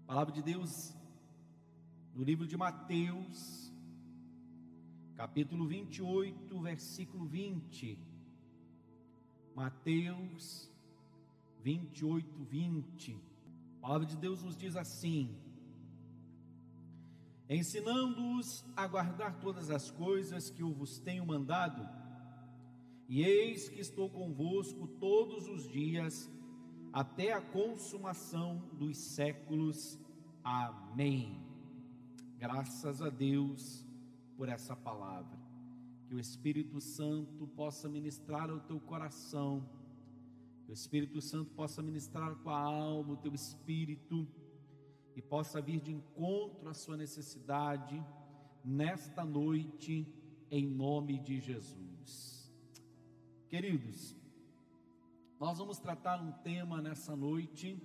Palavra de Deus no livro de Mateus, capítulo 28, versículo 20. Mateus 28, 20. A palavra de Deus nos diz assim: ensinando-os a guardar todas as coisas que eu vos tenho mandado, e eis que estou convosco todos os dias, até a consumação dos séculos. Amém. Graças a Deus por essa palavra. Que o Espírito Santo possa ministrar ao teu coração, que o Espírito Santo possa ministrar a tua alma, o teu espírito, e possa vir de encontro à sua necessidade nesta noite, em nome de Jesus. Queridos, nós vamos tratar um tema nessa noite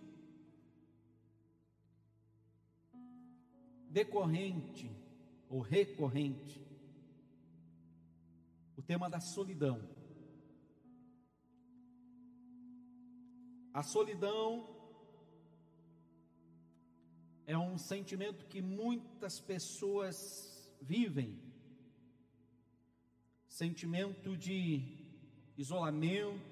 decorrente ou recorrente, o tema da solidão. A solidão é um sentimento que muitas pessoas vivem, sentimento de isolamento,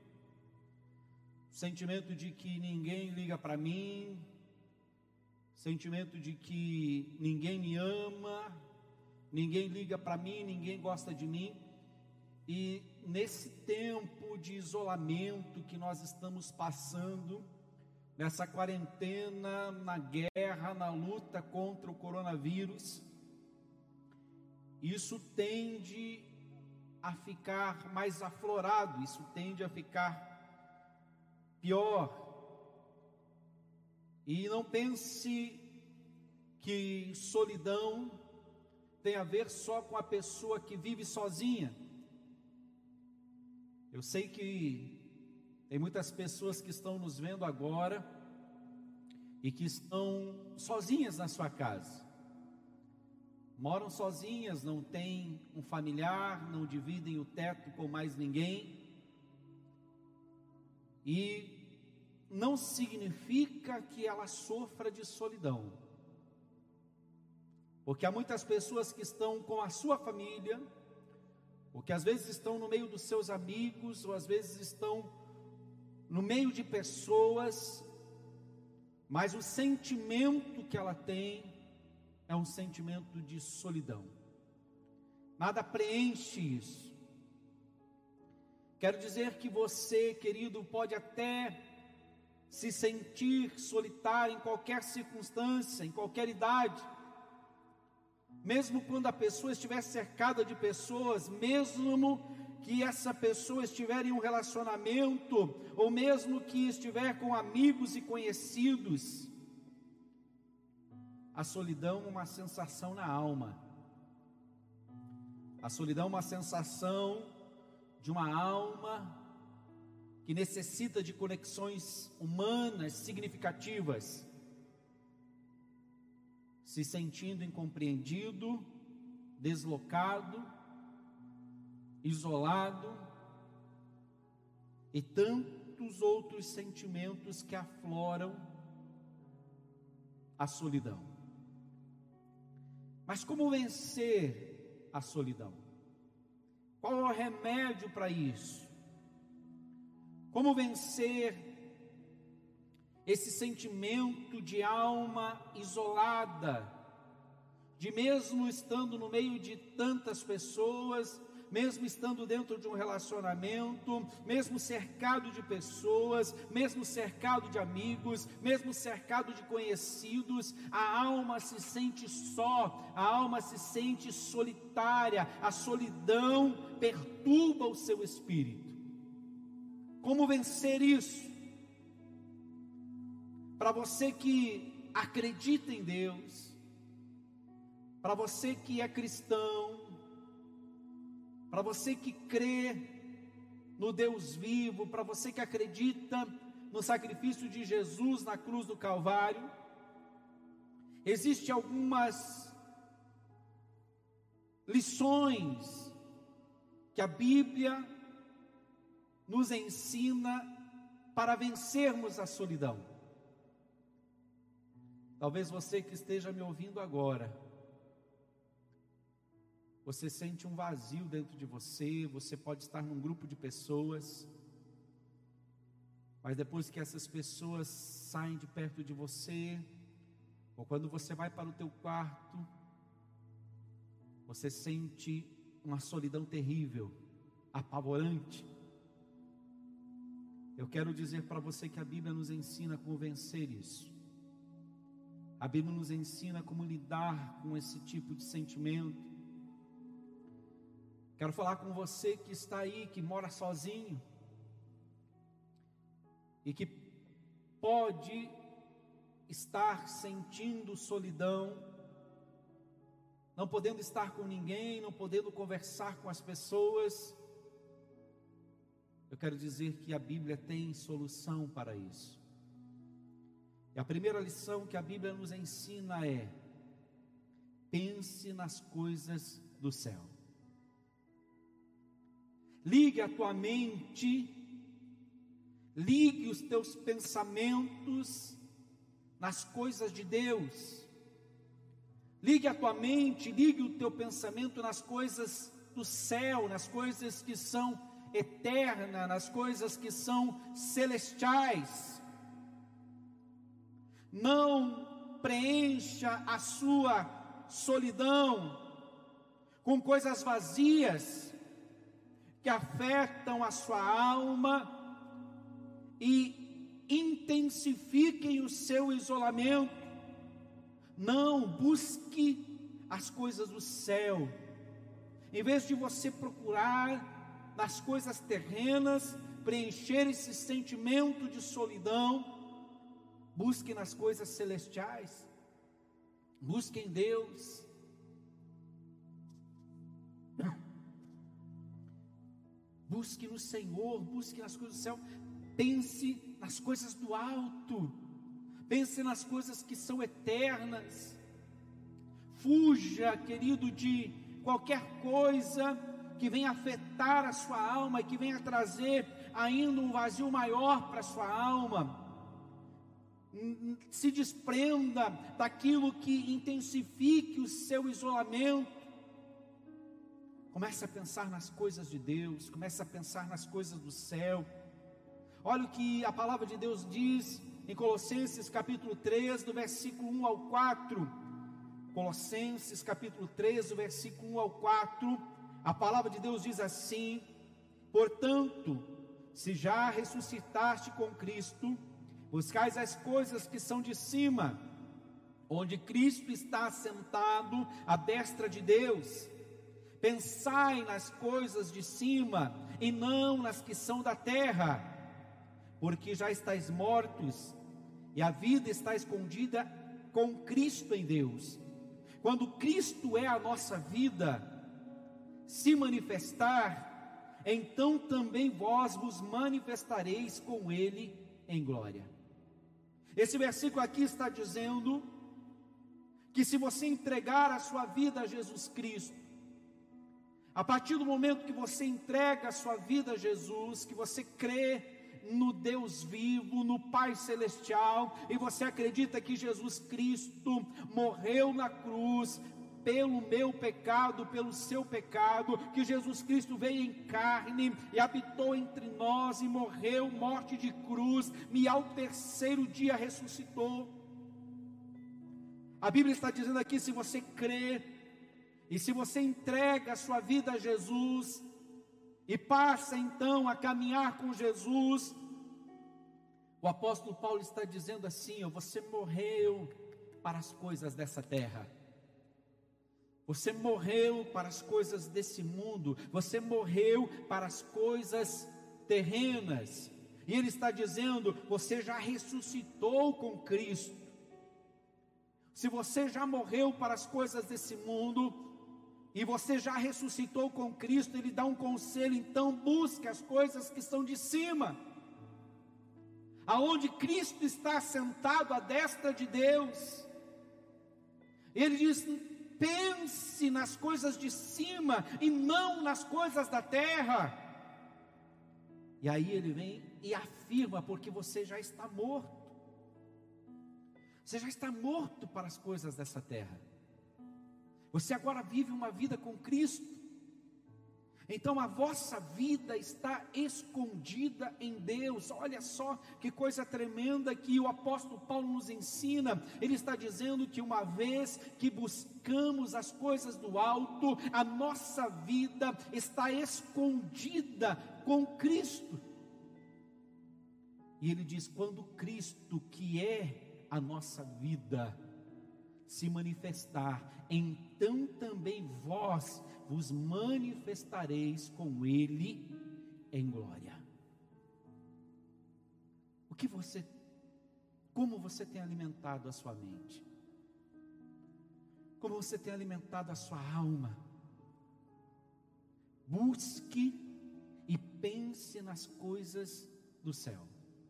sentimento de que ninguém liga para mim, sentimento de que ninguém me ama, ninguém liga para mim, ninguém gosta de mim. E nesse tempo de isolamento que nós estamos passando, nessa quarentena, na guerra, na luta contra o coronavírus, isso tende a ficar mais aflorado, isso tende a ficar pior. E não pense que solidão tem a ver só com a pessoa que vive sozinha. Eu sei que tem muitas pessoas que estão nos vendo agora e que estão sozinhas na sua casa. Moram sozinhas, não têm um familiar, não dividem o teto com mais ninguém. E não significa que ela sofra de solidão, porque há muitas pessoas que estão com a sua família, ou que às vezes estão no meio dos seus amigos, ou às vezes estão no meio de pessoas, mas o sentimento que ela tem é um sentimento de solidão. Nada preenche isso. Quero dizer que você, querido, pode até se sentir solitário em qualquer circunstância, em qualquer idade, mesmo quando a pessoa estiver cercada de pessoas, mesmo que essa pessoa estiver em um relacionamento, ou mesmo que estiver com amigos e conhecidos, a solidão é uma sensação na alma. A solidão é uma sensação de uma alma que necessita de conexões humanas significativas, se sentindo incompreendido, deslocado, isolado, e tantos outros sentimentos que afloram a solidão. Mas como vencer a solidão? Qual é o remédio para isso? Como vencer esse sentimento de alma isolada, de mesmo estando no meio de tantas pessoas, mesmo estando dentro de um relacionamento, mesmo cercado de pessoas, mesmo cercado de amigos, mesmo cercado de conhecidos, a alma se sente só, a alma se sente solitária, a solidão perturba o seu espírito. Como vencer isso? Para você que acredita em Deus, para você que é cristão, para você que crê no Deus vivo, para você que acredita no sacrifício de Jesus na cruz do Calvário, existem algumas lições que a Bíblia nos ensina para vencermos a solidão. Talvez você que esteja me ouvindo agora, você sente um vazio dentro de você, você pode estar num grupo de pessoas, mas depois que essas pessoas saem de perto de você, ou quando você vai para o teu quarto, você sente uma solidão terrível, apavorante. Eu quero dizer para você que a Bíblia nos ensina como vencer isso. A Bíblia nos ensina como lidar com esse tipo de sentimento. Quero falar com você que está aí, que mora sozinho, e que pode estar sentindo solidão, não podendo estar com ninguém, não podendo conversar com as pessoas. Eu quero dizer que a Bíblia tem solução para isso. E a primeira lição que a Bíblia nos ensina é: pense nas coisas do céu. Ligue a tua mente, ligue os teus pensamentos nas coisas de Deus. Ligue a tua mente, ligue o teu pensamento nas coisas do céu, nas coisas que são eternas, nas coisas que são celestiais. Não preencha a sua solidão com coisas vazias que afetam a sua alma e intensifiquem o seu isolamento. Não, busque as coisas do céu. Em vez de você procurar nas coisas terrenas, preencher esse sentimento de solidão, busque nas coisas celestiais. Busque em Deus. Busque no Senhor, busque nas coisas do céu. Pense nas coisas do alto. Pense nas coisas que são eternas. Fuja, querido, de qualquer coisa que venha afetar a sua alma e que venha trazer ainda um vazio maior para a sua alma. Se desprenda daquilo que intensifique o seu isolamento. Comece a pensar nas coisas de Deus, comece a pensar nas coisas do céu. Olha o que a palavra de Deus diz em Colossenses capítulo 3, do versículo 1 ao 4. Colossenses capítulo 3, do versículo 1 ao 4. A palavra de Deus diz assim: portanto, se já ressuscitaste com Cristo, buscais as coisas que são de cima, onde Cristo está assentado à destra de Deus. Pensai nas coisas de cima e não nas que são da terra, porque já estáis mortos e a vida está escondida com Cristo em Deus. Quando Cristo é a nossa vida, se manifestar, então também vós vos manifestareis com Ele em glória. Esse versículo aqui está dizendo que se você entregar a sua vida a Jesus Cristo, a partir do momento que você entrega a sua vida a Jesus, que você crê no Deus vivo, no Pai Celestial, e você acredita que Jesus Cristo morreu na cruz pelo meu pecado, pelo seu pecado, que Jesus Cristo veio em carne e habitou entre nós e morreu morte de cruz, e ao terceiro dia ressuscitou. A Bíblia está dizendo aqui, se você crê, e se você entrega a sua vida a Jesus, e passa então a caminhar com Jesus, o apóstolo Paulo está dizendo assim: você morreu para as coisas dessa terra, você morreu para as coisas desse mundo, você morreu para as coisas terrenas, e ele está dizendo: você já ressuscitou com Cristo. Se você já morreu para as coisas desse mundo, e você já ressuscitou com Cristo, ele dá um conselho: então busque as coisas que são de cima, aonde Cristo está sentado à destra de Deus. Ele diz: pense nas coisas de cima e não nas coisas da terra. E aí ele vem e afirma: porque você já está morto. Você já está morto para as coisas dessa terra. Você agora vive uma vida com Cristo. Então a vossa vida está escondida em Deus. Olha só que coisa tremenda que o apóstolo Paulo nos ensina. Ele está dizendo que uma vez que buscamos as coisas do alto, a nossa vida está escondida com Cristo. E ele diz: quando Cristo, que é a nossa vida, se manifestar, então também vós vos manifestareis com Ele em glória. Como você tem alimentado a sua mente? Como você tem alimentado a sua alma? Busque e pense nas coisas do céu.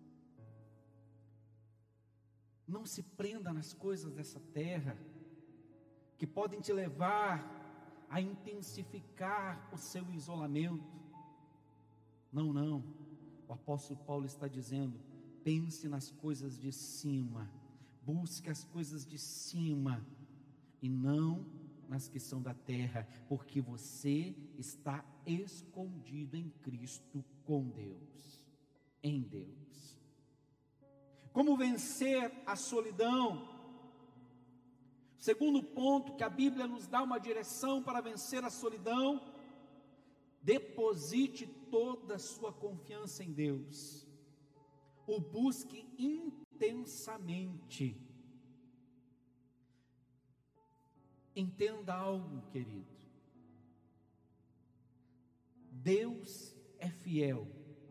Não se prenda nas coisas dessa terra, que podem te levar a intensificar o seu isolamento. Não. O apóstolo Paulo está dizendo: pense nas coisas de cima, busque as coisas de cima, e não nas que são da terra, porque você está escondido em Cristo com Deus, em Deus. Como vencer a solidão? Segundo ponto, que a Bíblia nos dá uma direção para vencer a solidão: deposite toda a sua confiança em Deus, o busque intensamente. Entenda algo, querido: Deus é fiel.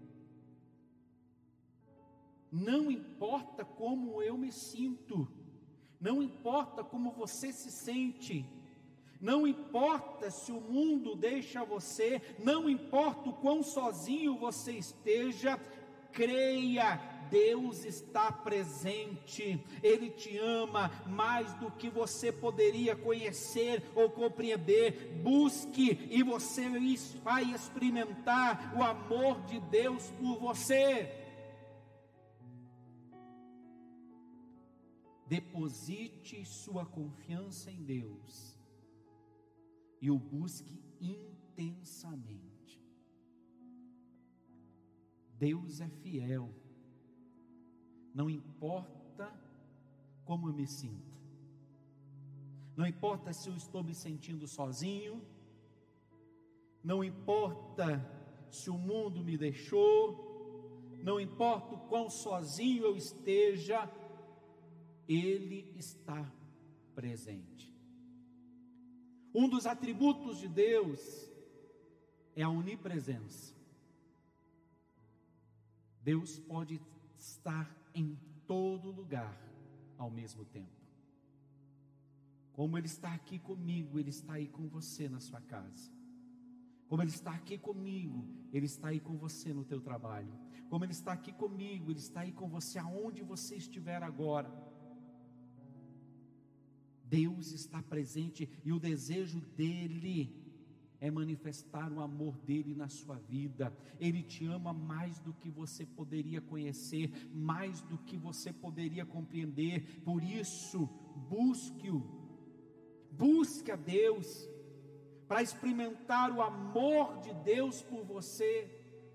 Não importa como eu me sinto, não importa como você se sente, não importa se o mundo deixa você, não importa o quão sozinho você esteja, creia, Deus está presente, Ele te ama mais do que você poderia conhecer ou compreender. Busque e você vai experimentar o amor de Deus por você. Deposite sua confiança em Deus e o busque intensamente. Deus é fiel. Não importa como eu me sinto, não importa se eu estou me sentindo sozinho, não importa se o mundo me deixou, não importa o quão sozinho eu esteja, Ele está presente. Um dos atributos de Deus é a onipresença. Deus pode estar em todo lugar ao mesmo tempo. Como Ele está aqui comigo, Ele está aí com você na sua casa. Como Ele está aqui comigo, Ele está aí com você no teu trabalho. Como Ele está aqui comigo, Ele está aí com você aonde você estiver agora. Deus está presente e o desejo dEle é manifestar o amor dEle na sua vida. Ele te ama mais do que você poderia conhecer, mais do que você poderia compreender. Por isso, busque-o, busque a Deus, para experimentar o amor de Deus por você.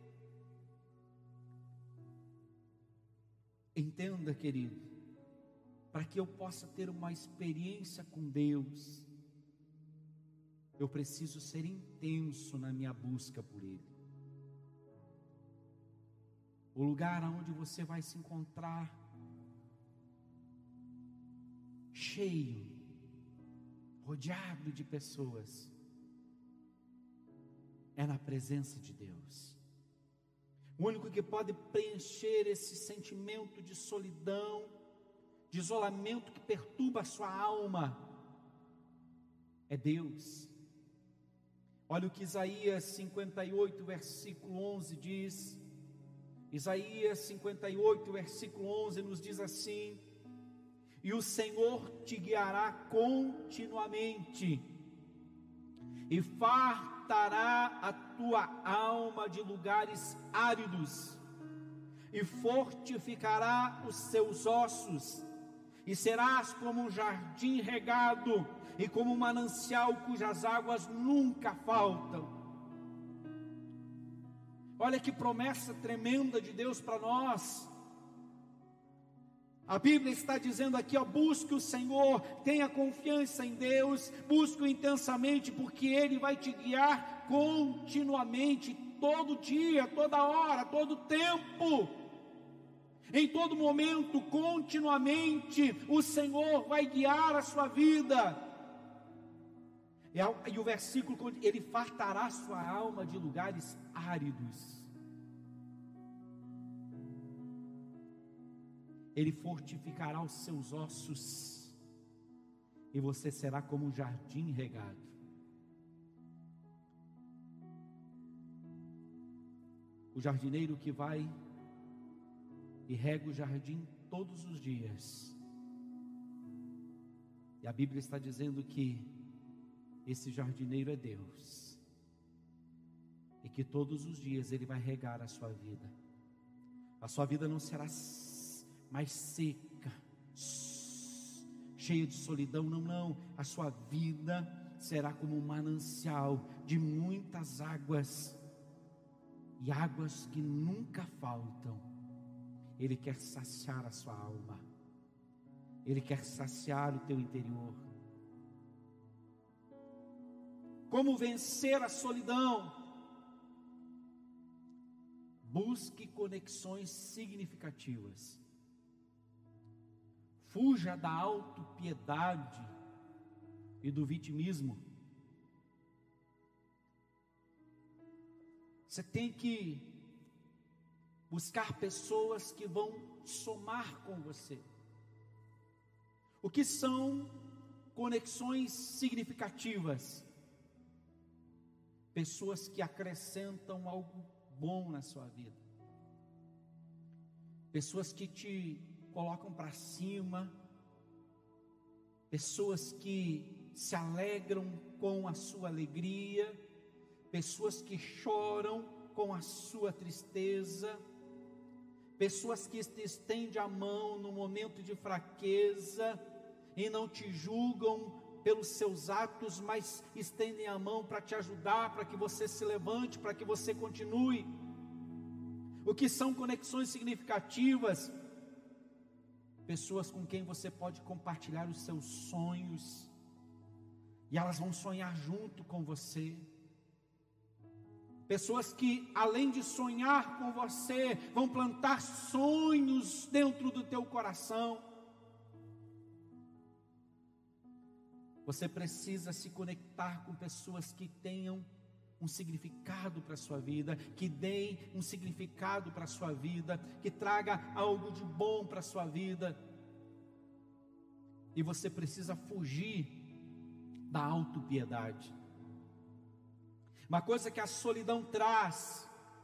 Entenda, querido, para que eu possa ter uma experiência com Deus, eu preciso ser intenso na minha busca por Ele. O lugar onde você vai se encontrar cheio, rodeado de pessoas, é na presença de Deus. O único que pode preencher esse sentimento de solidão, de isolamento que perturba a sua alma, é Deus. Olha o que Isaías 58, versículo 11 diz. Isaías 58, versículo 11 nos diz assim: e o Senhor te guiará continuamente, e fartará a tua alma de lugares áridos, e fortificará os seus ossos, e serás como um jardim regado e como um manancial cujas águas nunca faltam. Olha que promessa tremenda de Deus para nós. A Bíblia está dizendo aqui, ó, busque o Senhor, tenha confiança em Deus, busque-o intensamente, porque Ele vai te guiar continuamente, todo dia, toda hora, todo tempo, em todo momento, continuamente, o Senhor vai guiar a sua vida. E o versículo, Ele fartará sua alma de lugares áridos. Ele fortificará os seus ossos, e você será como um jardim regado. O jardineiro que vai e rega o jardim todos os dias. E a Bíblia está dizendo que esse jardineiro é Deus, e que todos os dias Ele vai regar a sua vida. A sua vida não será mais seca, cheia de solidão, não. A sua vida será como um manancial de muitas águas, e águas que nunca faltam. Ele quer saciar a sua alma, Ele quer saciar o teu interior. Como vencer a solidão? Busque conexões significativas. Fuja da autopiedade e do vitimismo. Você tem que buscar pessoas que vão somar com você. O que são conexões significativas? Pessoas que acrescentam algo bom na sua vida. Pessoas que te colocam para cima. Pessoas que se alegram com a sua alegria. Pessoas que choram com a sua tristeza. Pessoas que te estendem a mão no momento de fraqueza e não te julgam pelos seus atos, mas estendem a mão para te ajudar, para que você se levante, para que você continue. O que são conexões significativas? Pessoas com quem você pode compartilhar os seus sonhos, e elas vão sonhar junto com você. Pessoas que, além de sonhar com você, vão plantar sonhos dentro do teu coração. Você precisa se conectar com pessoas que tenham um significado para a sua vida, que deem um significado para a sua vida, que traga algo de bom para a sua vida. E você precisa fugir da autopiedade. Uma coisa que a solidão traz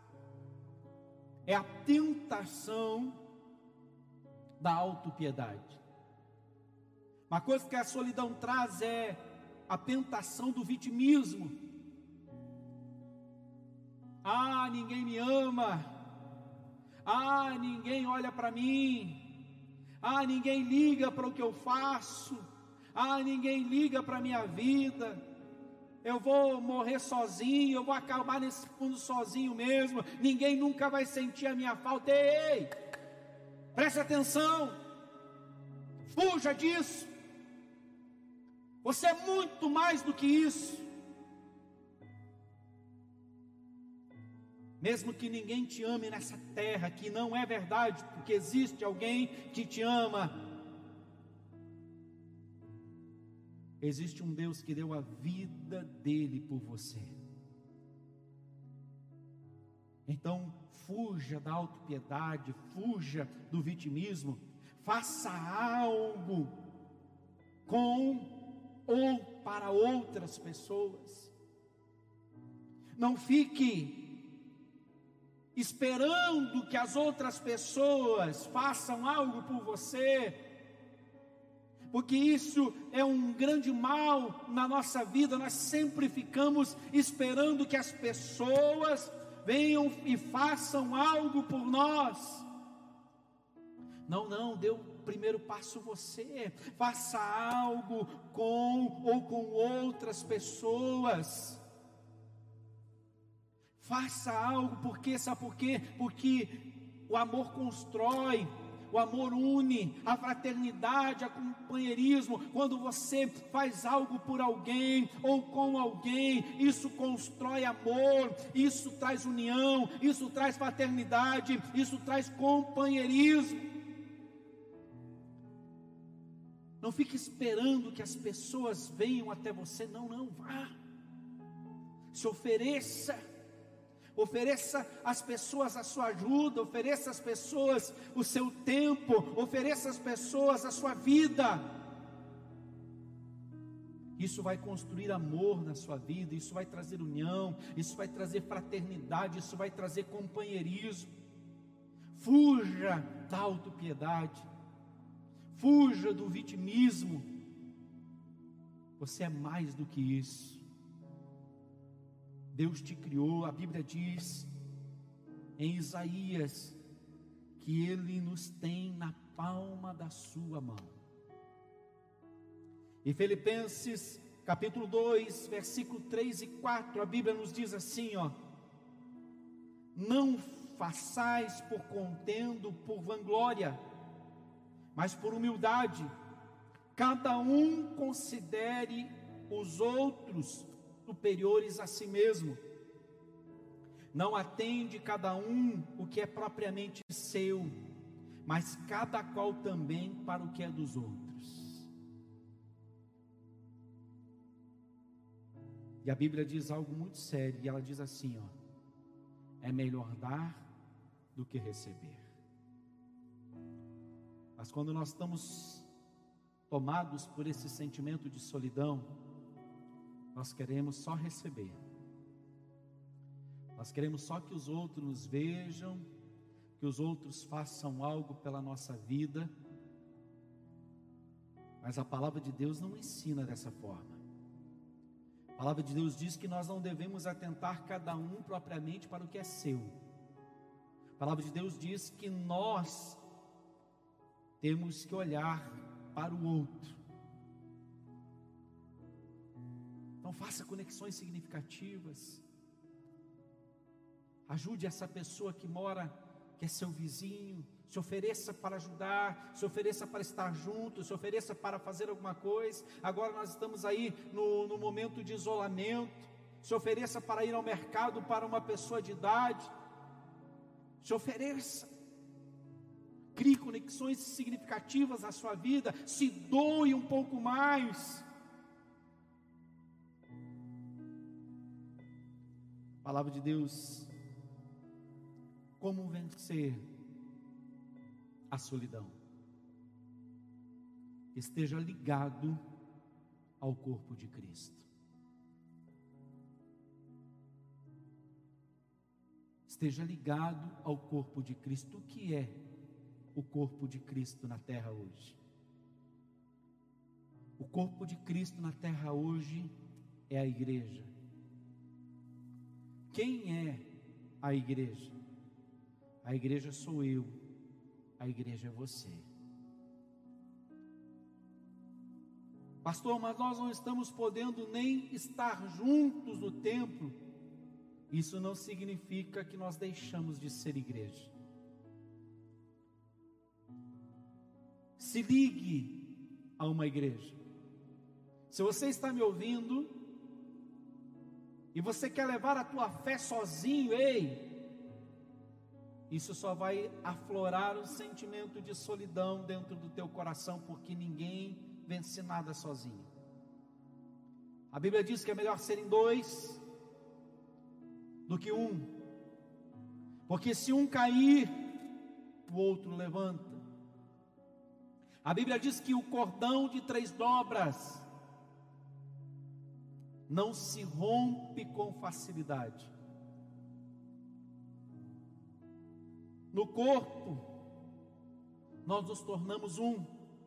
é a tentação da autopiedade. Uma coisa que a solidão traz é a tentação do vitimismo. Ah, ninguém me ama. Ah, ninguém olha para mim. Ah, ninguém liga para o que eu faço. Ah, ninguém liga para a minha vida. Eu vou morrer sozinho, eu vou acabar nesse mundo sozinho mesmo. Ninguém nunca vai sentir a minha falta. Ei, preste atenção. Fuja disso. Você é muito mais do que isso. Mesmo que ninguém te ame nessa terra, que não é verdade, porque existe alguém que te ama. Existe um Deus que deu a vida dele por você. Então, fuja da autopiedade, fuja do vitimismo. Faça algo com ou para outras pessoas. Não fique esperando que as outras pessoas façam algo por você, porque isso é um grande mal na nossa vida. Nós sempre ficamos esperando que as pessoas venham e façam algo por nós. Não, primeiro passo você. Faça algo com ou com outras pessoas. Faça algo, porque, sabe por quê? Porque o amor constrói, o amor une, a fraternidade, o companheirismo. Quando você faz algo por alguém ou com alguém, isso constrói amor, isso traz união, isso traz fraternidade, isso traz companheirismo. Não fique esperando que as pessoas venham até você, não, vá. Se ofereça. Ofereça às pessoas a sua ajuda, ofereça às pessoas o seu tempo, ofereça às pessoas a sua vida. Isso vai construir amor na sua vida, isso vai trazer união, isso vai trazer fraternidade, isso vai trazer companheirismo. Fuja da autopiedade, fuja do vitimismo. Você é mais do que isso. Deus te criou, a Bíblia diz em Isaías que Ele nos tem na palma da sua mão. Em Filipenses capítulo 2, versículo 3 e 4, a Bíblia nos diz assim, não façais por contendo, por vanglória, mas por humildade, cada um considere os outros superiores a si mesmo. Não atende cada um o que é propriamente seu, mas cada qual também para o que é dos outros. E a Bíblia diz algo muito sério, e ela diz assim, é melhor dar do que receber. Mas quando nós estamos tomados por esse sentimento de solidão, nós queremos só receber. Nós queremos só que os outros nos vejam, que os outros façam algo pela nossa vida. Mas a palavra de Deus não ensina dessa forma. A palavra de Deus diz que nós não devemos atentar cada um propriamente para o que é seu. A palavra de Deus diz que nós temos que olhar para o outro. Então faça conexões significativas. Ajude essa pessoa que mora, que é seu vizinho. Se ofereça para ajudar, se ofereça para estar junto, se ofereça para fazer alguma coisa. Agora nós estamos aí no momento de isolamento. Se ofereça para ir ao mercado para uma pessoa de idade. Se ofereça. Crie conexões significativas na sua vida. Se doe um pouco mais. Palavra de Deus, como vencer a solidão? Esteja ligado ao corpo de Cristo. Esteja ligado ao corpo de Cristo. O que é o corpo de Cristo na terra hoje? O corpo de Cristo na terra hoje é a igreja. Quem é a igreja? A igreja sou eu, a igreja é você. Pastor, mas nós não estamos podendo nem estar juntos no templo. Isso não significa que nós deixamos de ser igreja. Se ligue a uma igreja. Se você está me ouvindo e você quer levar a tua fé sozinho, isso só vai aflorar um sentimento de solidão dentro do teu coração, porque ninguém vence nada sozinho. A Bíblia diz que é melhor serem dois do que um, porque se um cair, o outro levanta. A Bíblia diz que o cordão de 3 dobras não se rompe com facilidade. No corpo, nós nos tornamos um.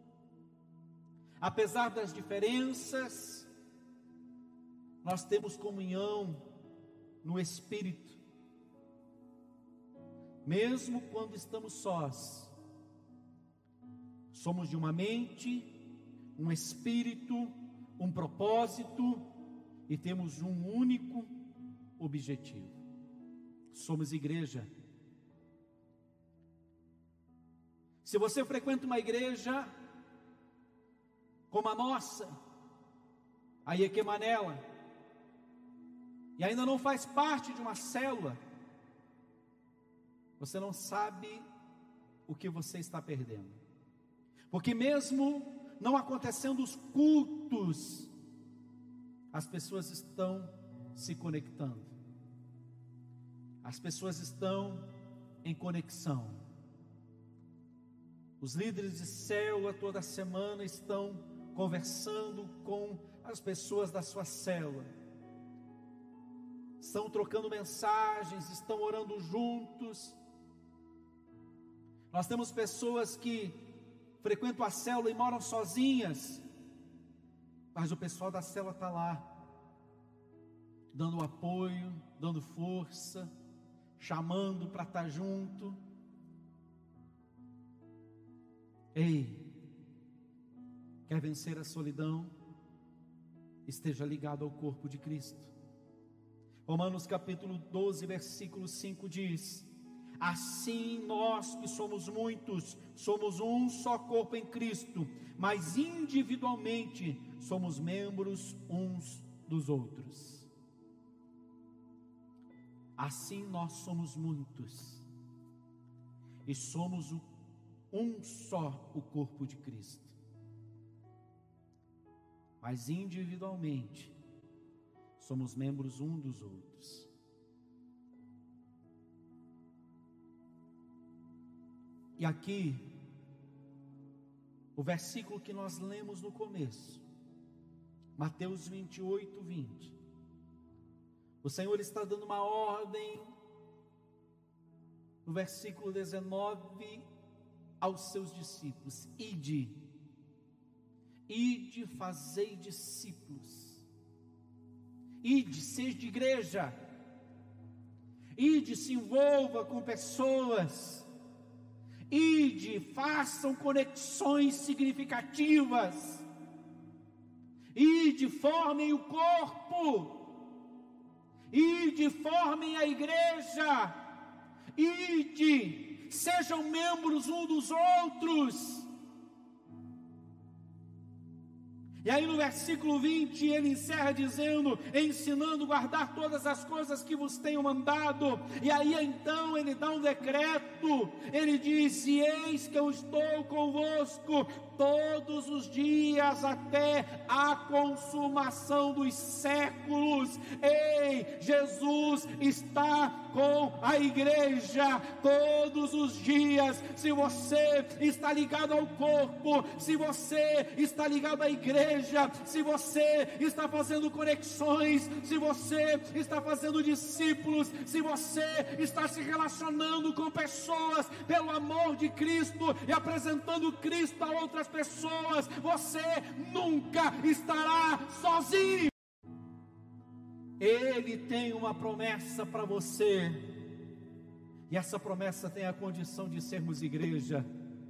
Apesar das diferenças, nós temos comunhão no Espírito. Mesmo quando estamos sós, Somos de uma mente, um espírito, um propósito e temos um único objetivo. Somos igreja. Se você frequenta uma igreja como a nossa, a Iequemanela, e ainda não faz parte de uma célula, você não sabe o que você está perdendo. Porque mesmo não acontecendo os cultos, as pessoas estão se conectando. As pessoas estão em conexão. Os líderes de célula toda semana estão conversando com as pessoas da sua célula. Estão trocando mensagens, estão orando juntos. Nós temos pessoas que frequentam a célula e moram sozinhas, mas o pessoal da célula está lá, dando apoio, dando força, chamando para estar junto. Ei, quer vencer a solidão? Esteja ligado ao corpo de Cristo. Romanos capítulo 12, versículo 5 diz: assim nós que somos muitos, somos um só corpo em Cristo, mas individualmente somos membros uns dos outros. Assim nós somos muitos e somos um só o corpo de Cristo, mas individualmente somos membros um dos outros. E aqui, o versículo que nós lemos no começo, Mateus 28, 20. O Senhor está dando uma ordem, no versículo 19, aos seus discípulos: ide, fazei discípulos. Ide, seja de igreja. Ide, se envolva com pessoas. Ide, façam conexões significativas. Ide, formem o corpo. Ide, formem a igreja. Ide, sejam membros um dos outros. E aí no versículo 20 ele encerra dizendo: ensinando a guardar todas as coisas que vos tenho mandado. E aí então ele dá um decreto, ele diz: e eis que eu estou convosco todos os dias até a consumação dos séculos. Ei, Jesus está com a igreja todos os dias. Se você está ligado ao corpo, se você está ligado à igreja, se você está fazendo conexões, se você está fazendo discípulos, se você está se relacionando com pessoas pelo amor de Cristo e apresentando Cristo a outras pessoas, você nunca estará sozinho. Ele tem uma promessa para você, e essa promessa tem a condição de sermos igreja.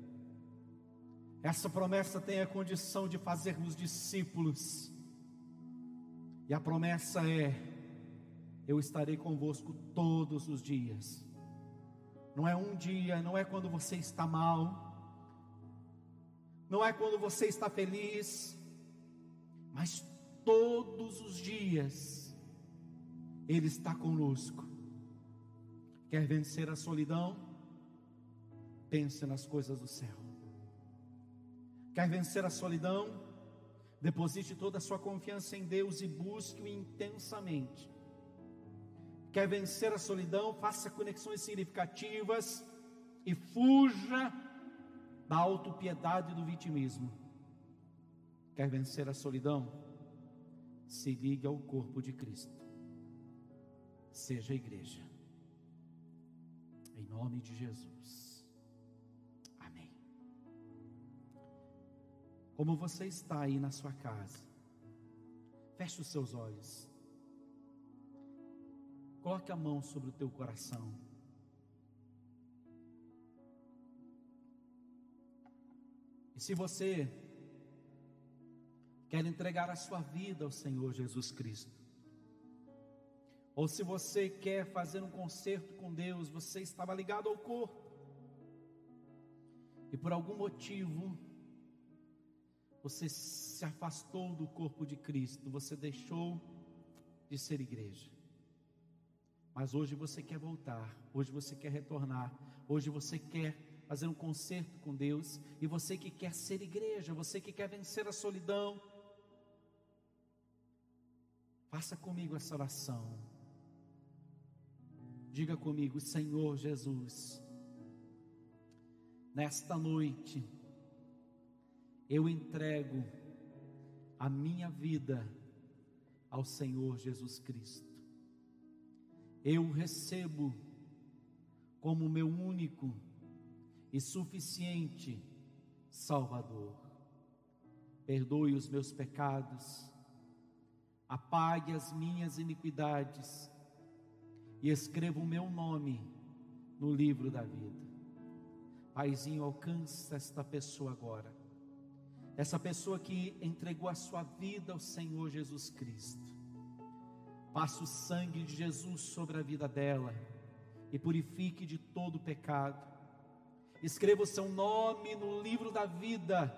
Essa promessa tem a condição de fazermos discípulos. E a promessa é: eu estarei convosco todos os dias. Não é um dia, não é quando você está mal, não é quando você está feliz, mas todos os dias Ele está conosco. Quer vencer a solidão? Pense nas coisas do céu. Quer vencer a solidão? Deposite toda a sua confiança em Deus e busque-o intensamente. Quer vencer a solidão? Faça conexões significativas e fuja da autopiedade e do vitimismo. Quer vencer a solidão? Se ligue ao corpo de Cristo. Seja a igreja. Em nome de Jesus. Amém. Como você está aí na sua casa, feche os seus olhos. Coloque a mão sobre o teu coração. E se você quer entregar a sua vida ao Senhor Jesus Cristo, ou se você quer fazer um concerto com Deus, você estava ligado ao corpo, e por algum motivo, você se afastou do corpo de Cristo, você deixou de ser igreja. Mas hoje você quer voltar, hoje você quer retornar, hoje você quer fazer um concerto com Deus, e você que quer ser igreja, você que quer vencer a solidão, faça comigo essa oração. Diga comigo: Senhor Jesus, nesta noite, eu entrego a minha vida ao Senhor Jesus Cristo. Eu o recebo como meu único e suficiente Salvador. Perdoe os meus pecados, apague as minhas iniquidades e escreva o meu nome no livro da vida. Paizinho, alcança esta pessoa agora, essa pessoa que entregou a sua vida ao Senhor Jesus Cristo. Passe o sangue de Jesus sobre a vida dela e purifique de todo pecado. Escreva o seu nome no livro da vida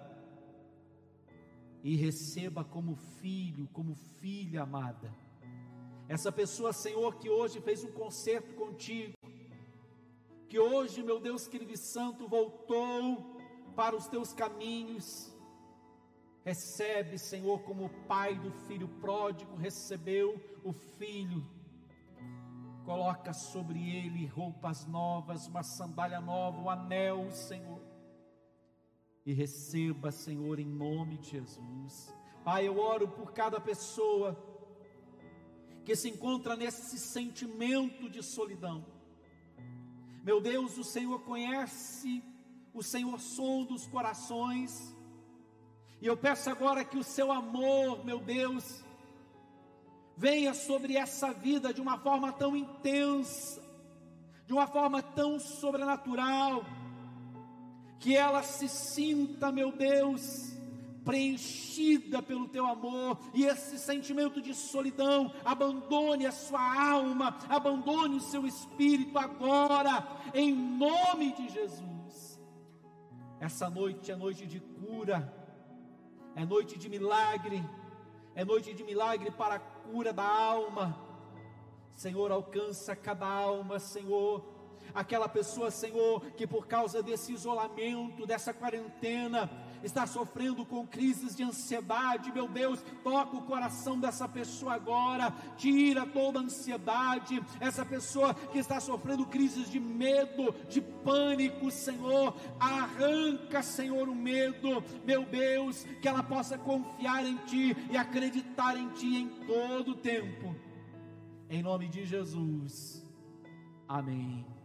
e receba como filho, como filha amada. Essa pessoa, Senhor, que hoje fez um concerto contigo, que hoje, meu Deus querido e santo, voltou para os teus caminhos, recebe, Senhor, como o pai do filho pródigo recebeu o filho. Coloca sobre ele roupas novas, uma sandália nova, um anel, Senhor, e receba, Senhor, em nome de Jesus. Pai, eu oro por cada pessoa que se encontra nesse sentimento de solidão. Meu Deus, o Senhor conhece, o Senhor sonda os corações, e eu peço agora que o seu amor, meu Deus, venha sobre essa vida de uma forma tão intensa, de uma forma tão sobrenatural, que ela se sinta, meu Deus, preenchida pelo teu amor, e esse sentimento de solidão abandone a sua alma, abandone o seu espírito agora, em nome de Jesus. Essa noite é noite de cura, é noite de milagre, é noite de milagre para a cura da alma. Senhor, alcança cada alma, Senhor, aquela pessoa, Senhor, que por causa desse isolamento, dessa quarentena, está sofrendo com crises de ansiedade. Meu Deus, toca o coração dessa pessoa agora, tira toda a ansiedade. Essa pessoa que está sofrendo crises de medo, de pânico, Senhor, arranca, Senhor, o medo, meu Deus, que ela possa confiar em Ti e acreditar em Ti em todo o tempo, em nome de Jesus, amém.